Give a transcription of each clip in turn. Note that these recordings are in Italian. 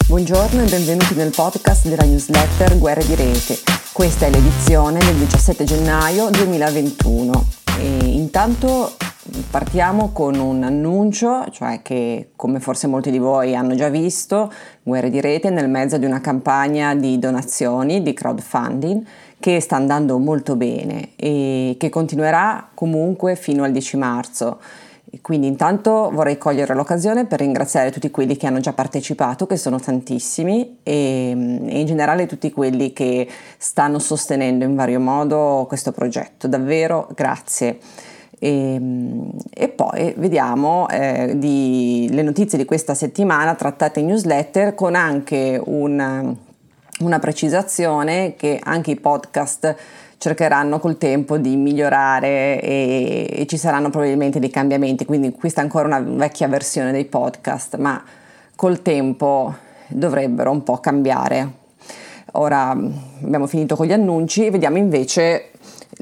Buongiorno e benvenuti nel podcast della newsletter Guerre di Rete. Questa è l'edizione del 17 gennaio 2021 e intanto partiamo con un annuncio, cioè che, come forse molti di voi hanno già visto, Guerre di Rete è nel mezzo di una campagna di donazioni, di crowdfunding, che sta andando molto bene e che continuerà comunque fino al 10 marzo. E quindi intanto vorrei cogliere l'occasione per ringraziare tutti quelli che hanno già partecipato, che sono tantissimi, e in generale tutti quelli che stanno sostenendo in vario modo questo progetto. Davvero grazie. E poi vediamo le notizie di questa settimana trattate in newsletter, con anche una precisazione che anche i podcast cercheranno col tempo di migliorare e ci saranno probabilmente dei cambiamenti, quindi questa è ancora una vecchia versione dei podcast, ma col tempo dovrebbero un po' cambiare. Ora abbiamo finito con gli annunci e vediamo invece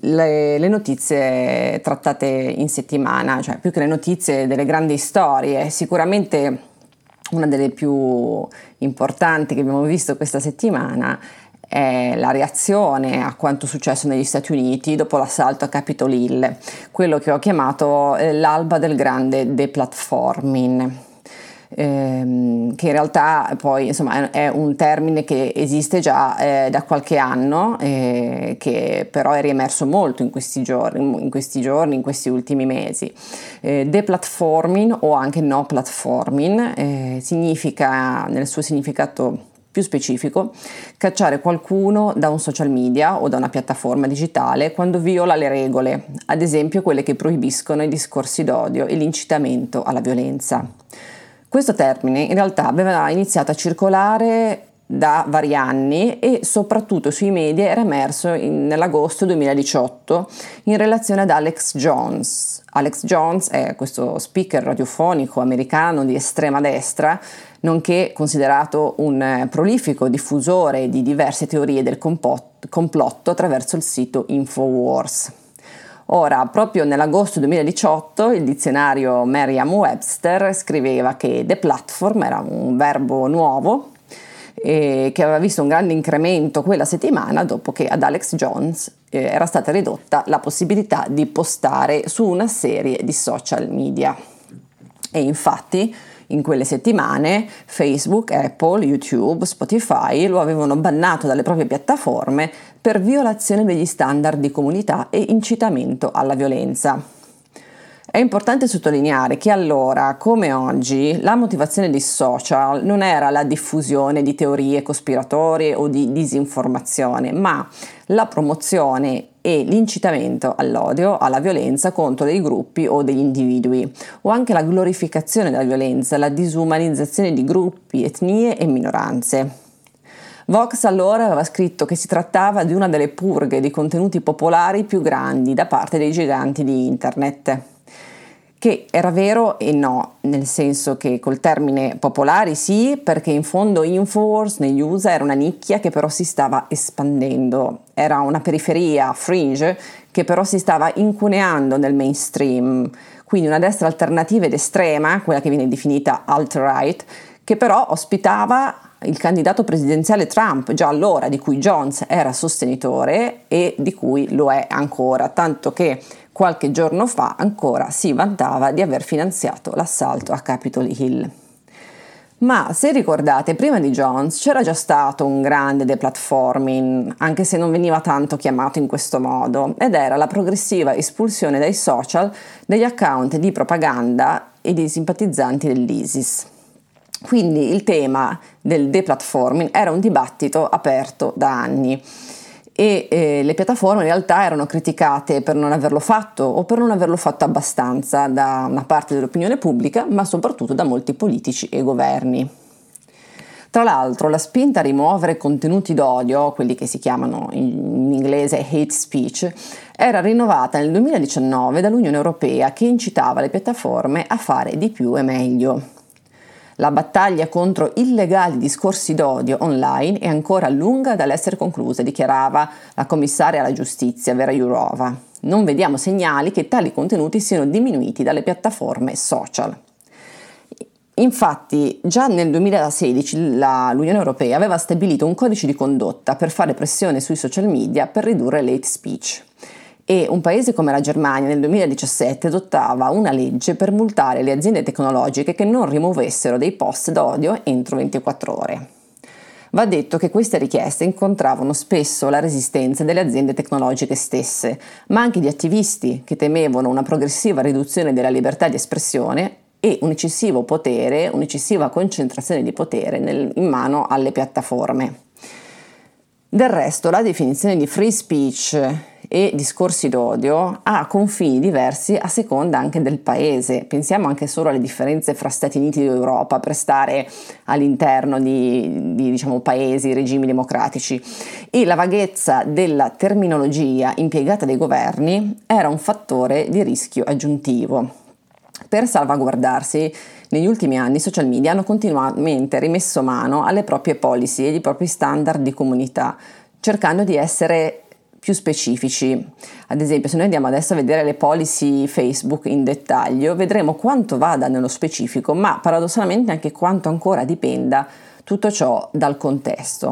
le notizie trattate in settimana, cioè più che le notizie, delle grandi storie. Sicuramente una delle più importanti che abbiamo visto questa settimana è la reazione a quanto successo negli Stati Uniti dopo l'assalto a Capitol Hill, quello che ho chiamato l'alba del grande deplatforming, che in realtà poi insomma è un termine che esiste già da qualche anno, che però è riemerso molto in questi giorni, in questi ultimi mesi. Deplatforming o anche no platforming significa, nel suo significato più specifico, cacciare qualcuno da un social media o da una piattaforma digitale quando viola le regole, ad esempio quelle che proibiscono i discorsi d'odio e l'incitamento alla violenza. Questo termine in realtà aveva iniziato a circolare da vari anni e soprattutto sui media era emerso nell'agosto 2018 in relazione ad Alex Jones. Alex Jones è questo speaker radiofonico americano di estrema destra, nonché considerato un prolifico diffusore di diverse teorie del complotto attraverso il sito Infowars. Ora, proprio nell'agosto 2018 il dizionario Merriam-Webster scriveva che deplatform era un verbo nuovo che aveva visto un grande incremento quella settimana dopo che ad Alex Jones era stata ridotta la possibilità di postare su una serie di social media. E infatti in quelle settimane Facebook, Apple, YouTube, Spotify lo avevano bannato dalle proprie piattaforme per violazione degli standard di comunità e incitamento alla violenza. È importante sottolineare che allora, come oggi, la motivazione dei social non era la diffusione di teorie cospiratorie o di disinformazione, ma la promozione e l'incitamento all'odio, alla violenza contro dei gruppi o degli individui, o anche la glorificazione della violenza, la disumanizzazione di gruppi, etnie e minoranze. Vox allora aveva scritto che si trattava di una delle purghe di contenuti popolari più grandi da parte dei giganti di internet. Che era vero e no, nel senso che col termine popolari sì, perché in fondo Infowars negli USA era una nicchia che però si stava espandendo, era una periferia fringe che però si stava incuneando nel mainstream, quindi una destra alternativa ed estrema, quella che viene definita alt-right, che però ospitava il candidato presidenziale Trump, già allora, di cui Jones era sostenitore e di cui lo è ancora, tanto che qualche giorno fa ancora si vantava di aver finanziato l'assalto a Capitol Hill. Ma se ricordate, prima di Jones c'era già stato un grande deplatforming, anche se non veniva tanto chiamato in questo modo, ed era la progressiva espulsione dai social degli account di propaganda e dei simpatizzanti dell'ISIS. Quindi il tema del deplatforming era un dibattito aperto da anni e le piattaforme in realtà erano criticate per non averlo fatto o per non averlo fatto abbastanza da una parte dell'opinione pubblica, ma soprattutto da molti politici e governi. Tra l'altro la spinta a rimuovere contenuti d'odio, quelli che si chiamano in inglese hate speech, era rinnovata nel 2019 dall'Unione Europea, che incitava le piattaforme a fare di più e meglio. La battaglia contro illegali discorsi d'odio online è ancora lunga dall'essere conclusa, dichiarava la commissaria alla giustizia Vera Jourova. Non vediamo segnali che tali contenuti siano diminuiti dalle piattaforme social. Infatti già nel 2016 l'Unione Europea aveva stabilito un codice di condotta per fare pressione sui social media per ridurre l'hate speech. E un paese come la Germania nel 2017 adottava una legge per multare le aziende tecnologiche che non rimuovessero dei post d'odio entro 24 ore. Va detto che queste richieste incontravano spesso la resistenza delle aziende tecnologiche stesse, ma anche di attivisti che temevano una progressiva riduzione della libertà di espressione e un eccessivo potere, un'eccessiva concentrazione di potere in mano alle piattaforme. Del resto, la definizione di free speech e discorsi d'odio ha confini diversi a seconda anche del paese. Pensiamo anche solo alle differenze fra Stati Uniti ed Europa per stare all'interno di paesi, regimi democratici, e la vaghezza della terminologia impiegata dai governi era un fattore di rischio aggiuntivo. Per salvaguardarsi, negli ultimi anni i social media hanno continuamente rimesso mano alle proprie policy e ai propri standard di comunità, cercando di essere più specifici. Ad esempio, se noi andiamo adesso a vedere le policy Facebook in dettaglio, vedremo quanto vada nello specifico, ma paradossalmente anche quanto ancora dipenda tutto ciò dal contesto.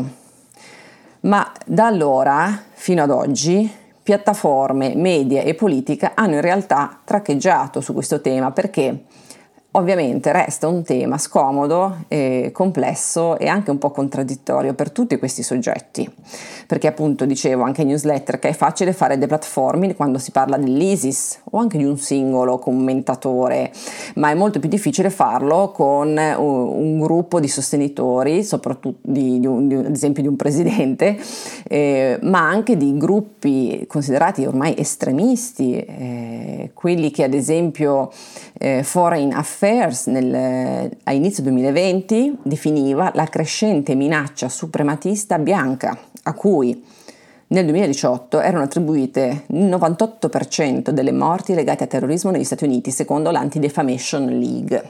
Ma da allora fino ad oggi piattaforme, media e politica hanno in realtà traccheggiato su questo tema, perché ovviamente resta un tema scomodo, complesso e anche un po' contraddittorio per tutti questi soggetti, perché appunto dicevo anche in newsletter che è facile fare deplatforming quando si parla dell'ISIS o anche di un singolo commentatore, ma è molto più difficile farlo con un gruppo di sostenitori, soprattutto ad esempio di un presidente, ma anche di gruppi considerati ormai estremisti, quelli che ad esempio Foreign Affairs a inizio 2020 definiva la crescente minaccia suprematista bianca, a cui nel 2018 erano attribuite il 98% delle morti legate a terrorismo negli Stati Uniti, secondo l'Anti-Defamation League.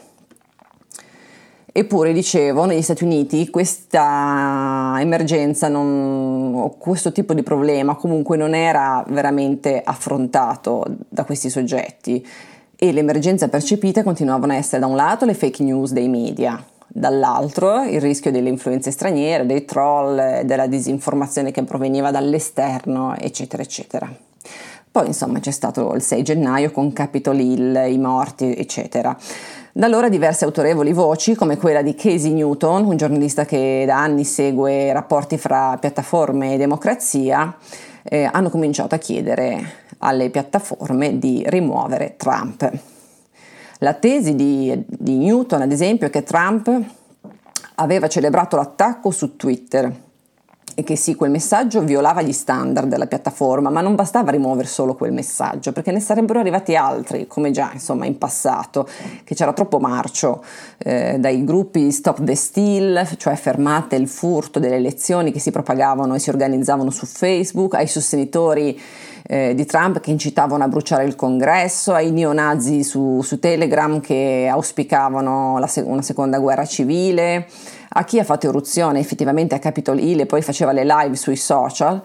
Eppure, dicevo, negli Stati Uniti questa emergenza o questo tipo di problema comunque non era veramente affrontato da questi soggetti, e le emergenze percepite continuavano a essere da un lato le fake news dei media, dall'altro il rischio delle influenze straniere, dei troll, della disinformazione che proveniva dall'esterno, eccetera, eccetera. Poi insomma c'è stato il 6 gennaio con Capitol Hill, i morti, eccetera. Da allora diverse autorevoli voci, come quella di Casey Newton, un giornalista che da anni segue rapporti fra piattaforme e democrazia, hanno cominciato a chiedere alle piattaforme di rimuovere Trump. La tesi di Newton, ad esempio, è che Trump aveva celebrato l'attacco su Twitter e che sì, quel messaggio violava gli standard della piattaforma, ma non bastava rimuovere solo quel messaggio, perché ne sarebbero arrivati altri, come già insomma in passato, che c'era troppo marcio, dai gruppi Stop the Steal, cioè fermate il furto delle elezioni, che si propagavano e si organizzavano su Facebook, ai sostenitori di Trump che incitavano a bruciare il congresso, ai neonazi su Telegram che auspicavano una seconda guerra civile, a chi ha fatto irruzione effettivamente a Capitol Hill e poi faceva le live sui social.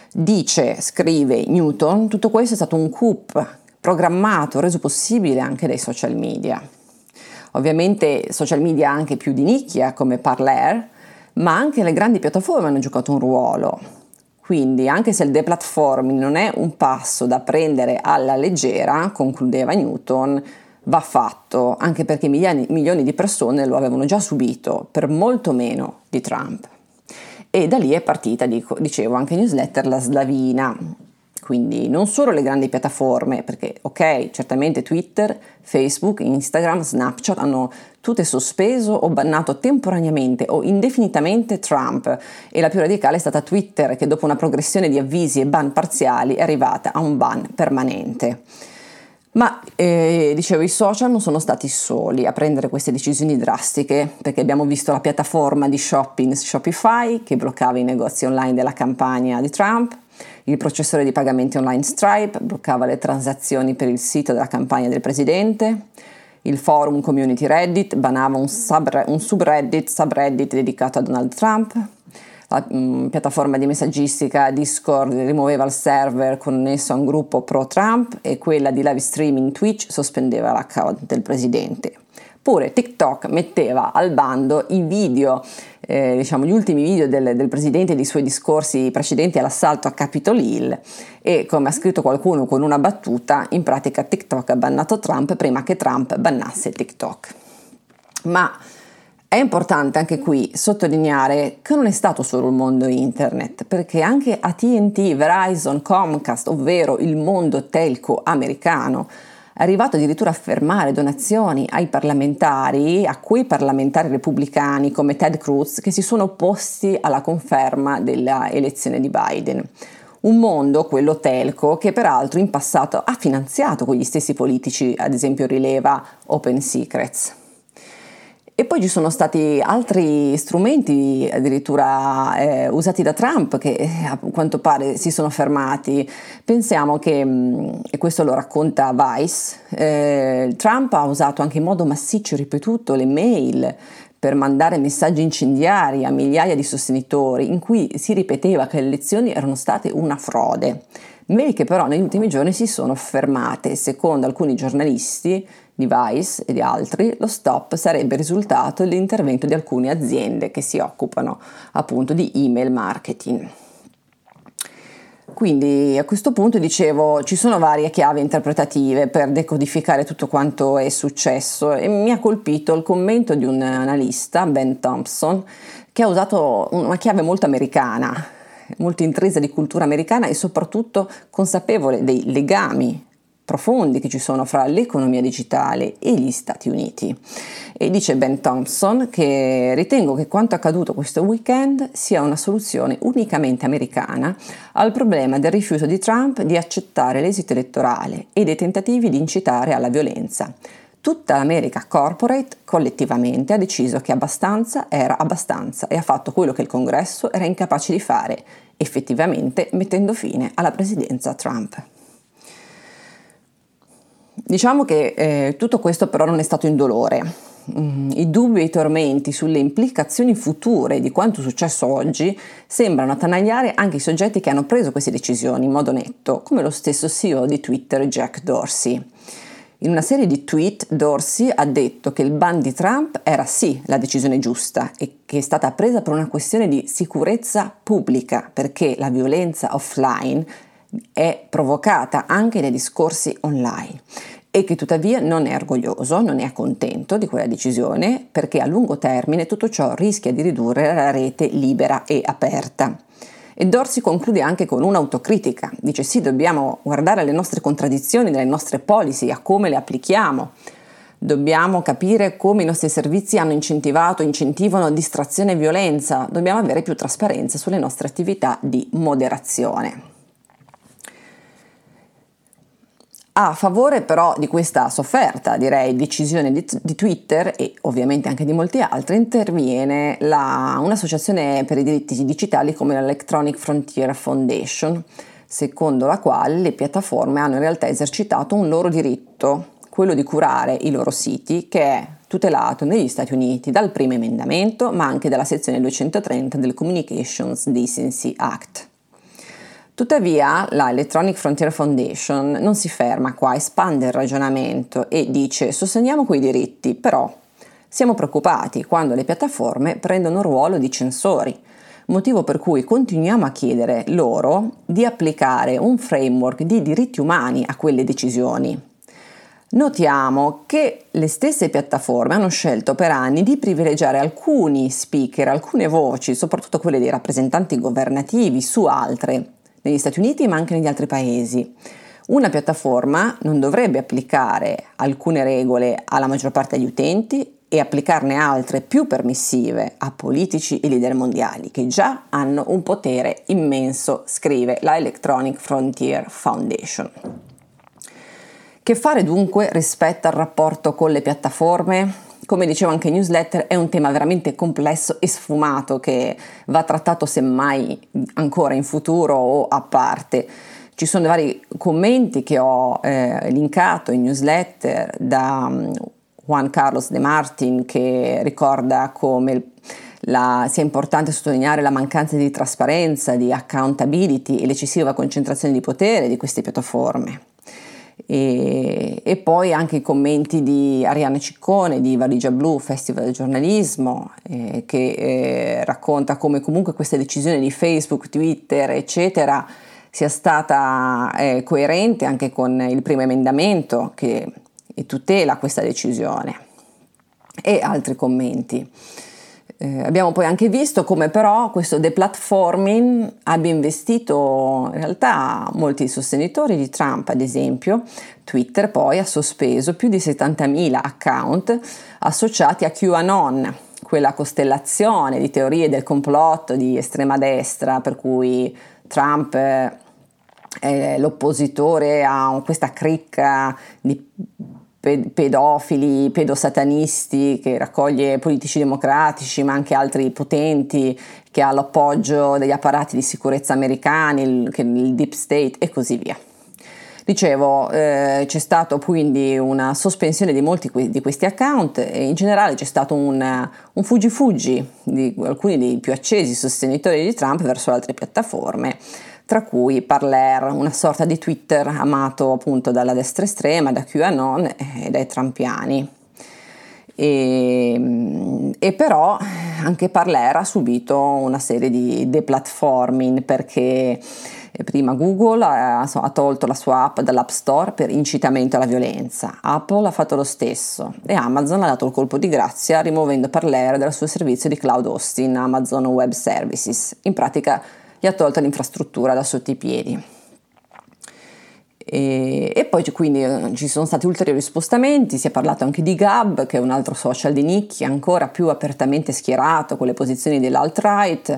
Scrive Newton, tutto questo è stato un coup programmato, reso possibile anche dai social media. Ovviamente social media anche più di nicchia come Parler, ma anche le grandi piattaforme hanno giocato un ruolo. Quindi anche se il deplatforming non è un passo da prendere alla leggera, concludeva Newton, va fatto, anche perché milioni di persone lo avevano già subito per molto meno di Trump. E da lì è partita, dicevo, anche newsletter La Slavina. Quindi non solo le grandi piattaforme, perché ok, certamente Twitter, Facebook, Instagram, Snapchat hanno tutte sospeso o bannato temporaneamente o indefinitamente Trump, e la più radicale è stata Twitter, che dopo una progressione di avvisi e ban parziali è arrivata a un ban permanente. Ma dicevo, i social non sono stati soli a prendere queste decisioni drastiche, perché abbiamo visto la piattaforma di shopping Shopify che bloccava i negozi online della campagna di Trump, il processore di pagamenti online Stripe bloccava le transazioni per il sito della campagna del presidente, il forum community Reddit banava un subreddit dedicato a Donald Trump, la piattaforma di messaggistica Discord rimuoveva il server connesso a un gruppo pro-Trump e quella di live streaming Twitch sospendeva l'account del presidente. Oppure TikTok metteva al bando i video, gli ultimi video del presidente e dei suoi discorsi precedenti all'assalto a Capitol Hill, e come ha scritto qualcuno con una battuta, in pratica TikTok ha bannato Trump prima che Trump bannasse TikTok. Ma è importante anche qui sottolineare che non è stato solo il mondo internet, perché anche AT&T, Verizon, Comcast, ovvero il mondo telco americano, è arrivato addirittura a fermare donazioni ai parlamentari, a quei parlamentari repubblicani come Ted Cruz, che si sono opposti alla conferma della elezione di Biden. Un mondo, quello telco, che peraltro in passato ha finanziato quegli stessi politici, ad esempio rileva Open Secrets. E poi ci sono stati altri strumenti addirittura usati da Trump che a quanto pare si sono fermati. Pensiamo che, e questo lo racconta Vice, Trump ha usato anche in modo massiccio e ripetuto le mail per mandare messaggi incendiari a migliaia di sostenitori in cui si ripeteva che le elezioni erano state una frode. Mail che però negli ultimi giorni si sono fermate. Secondo alcuni giornalisti di Vice e di altri, lo stop sarebbe risultato dell'intervento di alcune aziende che si occupano appunto di email marketing. Quindi a questo punto dicevo, ci sono varie chiavi interpretative per decodificare tutto quanto è successo, e mi ha colpito il commento di un analista, Ben Thompson, che ha usato una chiave molto americana, molto intrisa di cultura americana e soprattutto consapevole dei legami profondi che ci sono fra l'economia digitale e gli Stati Uniti. E dice Ben Thompson che ritengo che quanto accaduto questo weekend sia una soluzione unicamente americana al problema del rifiuto di Trump di accettare l'esito elettorale e dei tentativi di incitare alla violenza. Tutta l'America corporate collettivamente ha deciso che abbastanza era abbastanza e ha fatto quello che il Congresso era incapace di fare, effettivamente mettendo fine alla presidenza Trump. Diciamo che tutto questo però non è stato indolore. I dubbi e i tormenti sulle implicazioni future di quanto successo oggi sembrano attanagliare anche i soggetti che hanno preso queste decisioni in modo netto, come lo stesso CEO di Twitter Jack Dorsey. In una serie di tweet Dorsey ha detto che il ban di Trump era sì la decisione giusta e che è stata presa per una questione di sicurezza pubblica, perché la violenza offline è provocata anche nei discorsi online, e che tuttavia non è orgoglioso, non è contento di quella decisione, perché a lungo termine tutto ciò rischia di ridurre la rete libera e aperta. E Dorsey conclude anche con un'autocritica, dice sì, dobbiamo guardare alle nostre contraddizioni, alle nostre policy, a come le applichiamo, dobbiamo capire come i nostri servizi hanno incentivano distrazione e violenza, dobbiamo avere più trasparenza sulle nostre attività di moderazione. A favore però di questa sofferta, direi, decisione di Twitter e ovviamente anche di molti altri, interviene un'associazione per i diritti digitali come l'Electronic Frontier Foundation, secondo la quale le piattaforme hanno in realtà esercitato un loro diritto, quello di curare i loro siti, che è tutelato negli Stati Uniti dal primo emendamento, ma anche dalla sezione 230 del Communications Decency Act. Tuttavia la Electronic Frontier Foundation non si ferma qua, espande il ragionamento e dice: sosteniamo quei diritti, però siamo preoccupati quando le piattaforme prendono il ruolo di censori, motivo per cui continuiamo a chiedere loro di applicare un framework di diritti umani a quelle decisioni. Notiamo che le stesse piattaforme hanno scelto per anni di privilegiare alcuni speaker, alcune voci, soprattutto quelle dei rappresentanti governativi, su altre, negli Stati Uniti ma anche negli altri paesi. Una piattaforma non dovrebbe applicare alcune regole alla maggior parte degli utenti e applicarne altre più permissive a politici e leader mondiali che già hanno un potere immenso, scrive la Electronic Frontier Foundation. Che fare dunque rispetto al rapporto con le piattaforme? Come dicevo anche in newsletter, è un tema veramente complesso e sfumato che va trattato semmai ancora in futuro o a parte. Ci sono vari commenti che ho linkato in newsletter da Juan Carlos de Martin, che ricorda come sia importante sottolineare la mancanza di trasparenza, di accountability e l'eccessiva concentrazione di potere di queste piattaforme. E poi anche i commenti di Arianna Ciccone di Valigia Blu, Festival del giornalismo, che racconta come comunque questa decisione di Facebook, Twitter, eccetera, sia stata coerente anche con il primo emendamento che tutela questa decisione, e altri commenti. Abbiamo poi anche visto come però questo deplatforming abbia investito in realtà molti sostenitori di Trump. Ad esempio Twitter poi ha sospeso più di 70.000 account associati a QAnon, quella costellazione di teorie del complotto di estrema destra per cui Trump è l'oppositore a questa cricca di pedofili, pedosatanisti che raccoglie politici democratici ma anche altri potenti, che ha l'appoggio degli apparati di sicurezza americani, il deep state e così via. Dicevo, c'è stato quindi una sospensione di molti di questi account e in generale c'è stato un fuggi di alcuni dei più accesi sostenitori di Trump verso altre piattaforme, tra cui Parler, una sorta di Twitter amato appunto dalla destra estrema, da QAnon e dai trumpiani. E però anche Parler ha subito una serie di deplatforming, perché prima Google ha tolto la sua app dall'App Store per incitamento alla violenza, Apple ha fatto lo stesso e Amazon ha dato il colpo di grazia rimuovendo Parler dal suo servizio di cloud hosting Amazon Web Services. In pratica gli ha tolto l'infrastruttura da sotto i piedi. E poi quindi ci sono stati ulteriori spostamenti, si è parlato anche di Gab, che è un altro social di nicchia ancora più apertamente schierato con le posizioni dell'alt-right,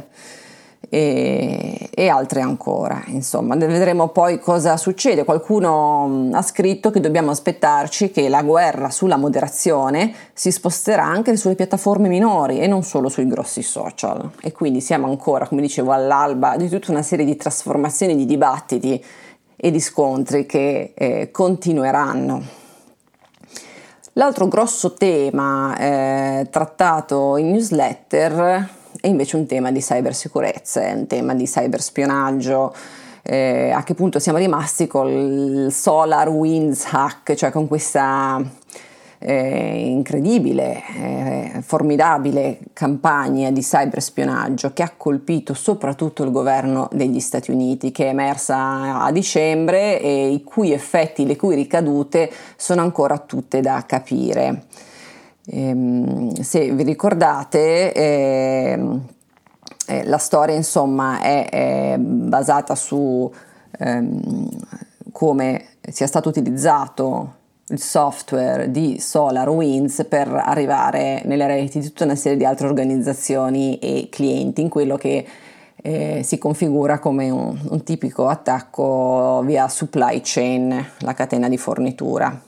e altre ancora. Insomma, vedremo poi cosa succede. Qualcuno ha scritto che dobbiamo aspettarci che la guerra sulla moderazione si sposterà anche sulle piattaforme minori e non solo sui grossi social, e quindi siamo ancora, come dicevo, all'alba di tutta una serie di trasformazioni, di dibattiti e di scontri che continueranno. L'altro grosso tema trattato in newsletter è invece un tema di cybersicurezza, è un tema di cyberspionaggio. A che punto siamo rimasti con il SolarWinds hack, cioè con questa incredibile, formidabile campagna di cyberspionaggio che ha colpito soprattutto il governo degli Stati Uniti, che è emersa a dicembre e i cui effetti, le cui ricadute sono ancora tutte da capire. Se vi ricordate, la storia insomma è basata su come sia stato utilizzato il software di SolarWinds per arrivare nelle reti di tutta una serie di altre organizzazioni e clienti, in quello che si configura come un tipico attacco via supply chain, la catena di fornitura.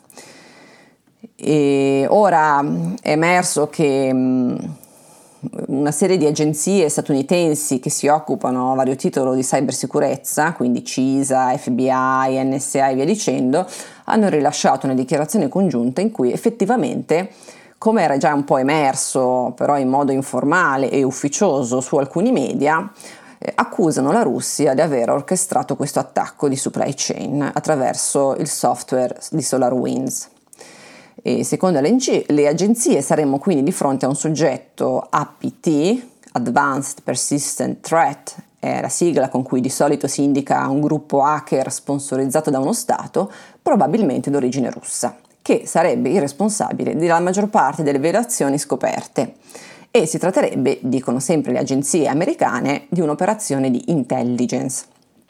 E ora è emerso che una serie di agenzie statunitensi che si occupano a vario titolo di cybersicurezza, quindi CISA, FBI, NSA e via dicendo, hanno rilasciato una dichiarazione congiunta in cui effettivamente, come era già un po' emerso però in modo informale e ufficioso su alcuni media, accusano la Russia di aver orchestrato questo attacco di supply chain attraverso il software di SolarWinds. E secondo le agenzie saremmo quindi di fronte a un soggetto APT, Advanced Persistent Threat, è la sigla con cui di solito si indica un gruppo hacker sponsorizzato da uno Stato, probabilmente d'origine russa, che sarebbe il responsabile della maggior parte delle violazioni scoperte. E si tratterebbe, dicono sempre le agenzie americane, di un'operazione di intelligence.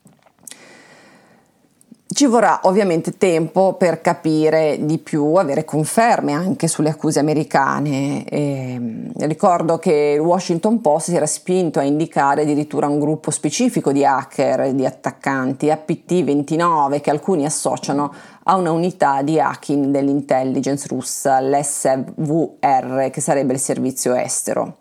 Ci vorrà ovviamente tempo per capire di più, avere conferme anche sulle accuse americane. Ricordo che il Washington Post si era spinto a indicare addirittura un gruppo specifico di hacker, di attaccanti, APT29, che alcuni associano a una unità di hacking dell'intelligence russa, l'SVR, che sarebbe il servizio estero.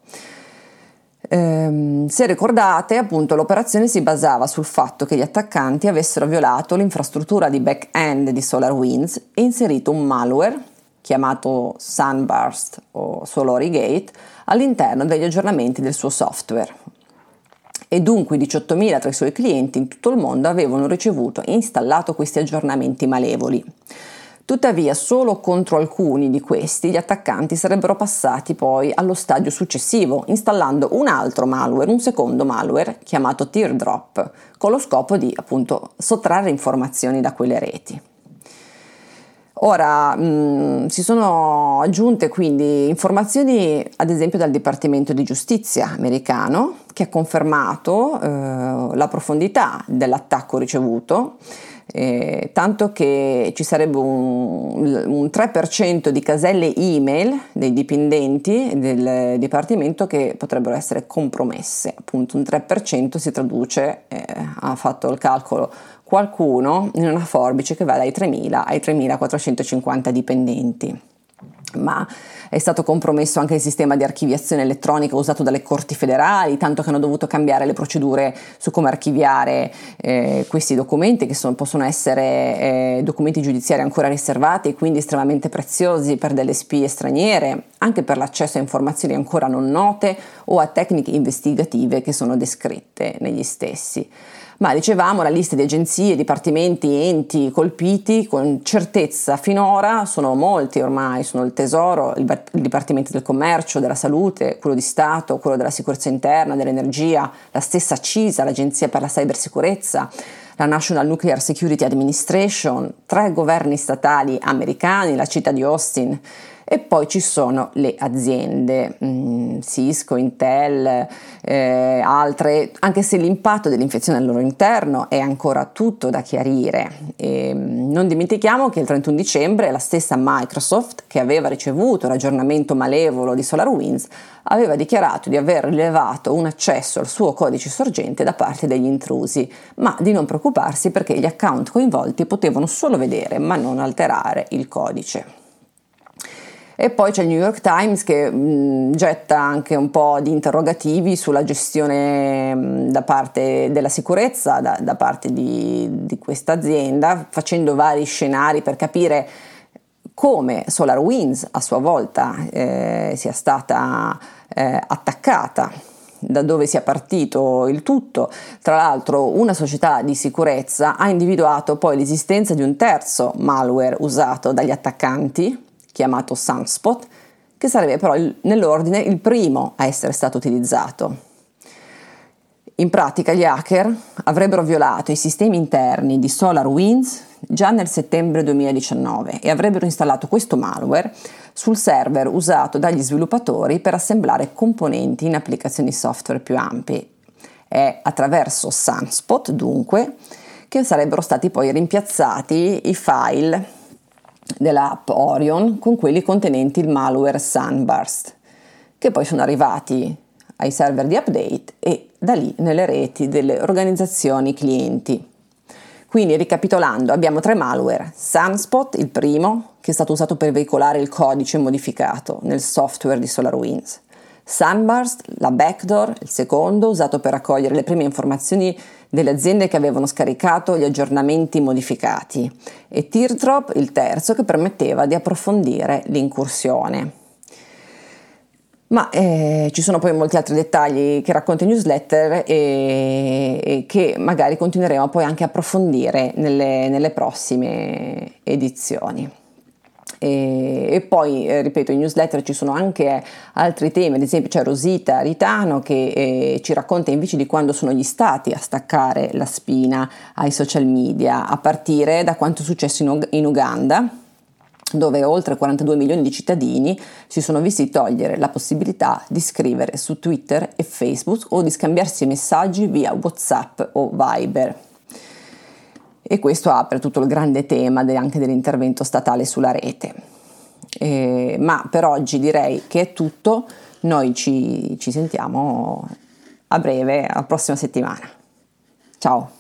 Se ricordate, appunto, l'operazione si basava sul fatto che gli attaccanti avessero violato l'infrastruttura di back-end di SolarWinds e inserito un malware chiamato Sunburst o Solorigate all'interno degli aggiornamenti del suo software. e dunque 18.000 tra i suoi clienti in tutto il mondo avevano ricevuto e installato questi aggiornamenti malevoli. Tuttavia, solo contro alcuni di questi gli attaccanti sarebbero passati poi allo stadio successivo, installando un altro malware, un secondo malware chiamato Teardrop, con lo scopo di appunto sottrarre informazioni da quelle reti. Ora si sono aggiunte quindi informazioni ad esempio dal Dipartimento di Giustizia americano, che ha confermato la profondità dell'attacco ricevuto, tanto che ci sarebbe un 3% di caselle email dei dipendenti del Dipartimento che potrebbero essere compromesse. Appunto un 3% si traduce, ha fatto il calcolo qualcuno, in una forbice che va dai 3.000 ai 3.450 dipendenti. Ma è stato compromesso anche il sistema di archiviazione elettronica usato dalle corti federali, tanto che hanno dovuto cambiare le procedure su come archiviare questi documenti, che possono essere documenti giudiziari ancora riservati e quindi estremamente preziosi per delle spie straniere, anche per l'accesso a informazioni ancora non note o a tecniche investigative che sono descritte negli stessi. Ma dicevamo, la lista di agenzie, dipartimenti, enti colpiti con certezza finora sono molti ormai, sono il Tesoro, il Dipartimento del Commercio, della Salute, quello di Stato, quello della Sicurezza Interna, dell'Energia, la stessa CISA, l'Agenzia per la Cybersicurezza, la National Nuclear Security Administration, 3 governi statali americani, la città di Austin. E poi ci sono le aziende, Cisco, Intel, altre, anche se l'impatto dell'infezione al loro interno è ancora tutto da chiarire. Non dimentichiamo che il 31 dicembre la stessa Microsoft, che aveva ricevuto l'aggiornamento malevolo di SolarWinds, aveva dichiarato di aver rilevato un accesso al suo codice sorgente da parte degli intrusi, ma di non preoccuparsi perché gli account coinvolti potevano solo vedere ma non alterare il codice. E poi c'è il New York Times che getta anche un po' di interrogativi sulla gestione da parte della sicurezza, da parte di questa azienda, facendo vari scenari per capire come SolarWinds a sua volta sia stata attaccata, da dove sia partito il tutto. Tra l'altro una società di sicurezza ha individuato poi l'esistenza di un terzo malware usato dagli attaccanti, chiamato Sunspot, che sarebbe però nell'ordine il primo a essere stato utilizzato. In pratica gli hacker avrebbero violato i sistemi interni di SolarWinds già nel settembre 2019 e avrebbero installato questo malware sul server usato dagli sviluppatori per assemblare componenti in applicazioni software più ampie. È attraverso Sunspot, dunque, che sarebbero stati poi rimpiazzati i file dell'app Orion con quelli contenenti il malware Sunburst, che poi sono arrivati ai server di update e da lì nelle reti delle organizzazioni clienti. Quindi, ricapitolando, abbiamo 3 malware: Sunspot, il primo, che è stato usato per veicolare il codice modificato nel software di SolarWinds; Sunburst, la backdoor, il secondo, usato per raccogliere le prime informazioni delle aziende che avevano scaricato gli aggiornamenti modificati; e Teardrop, il terzo, che permetteva di approfondire l'incursione. Ma ci sono poi molti altri dettagli che racconta in newsletter e che magari continueremo poi anche a approfondire nelle prossime edizioni. E poi, ripeto, in newsletter ci sono anche altri temi, ad esempio c'è Rosita Ritano che ci racconta invece di quando sono gli stati a staccare la spina ai social media, a partire da quanto è successo in Uganda, dove oltre 42 milioni di cittadini si sono visti togliere la possibilità di scrivere su Twitter e Facebook o di scambiarsi messaggi via WhatsApp o Viber. E questo apre tutto il grande tema anche dell'intervento statale sulla rete. Ma per oggi direi che è tutto, noi ci sentiamo a breve, la prossima settimana. Ciao!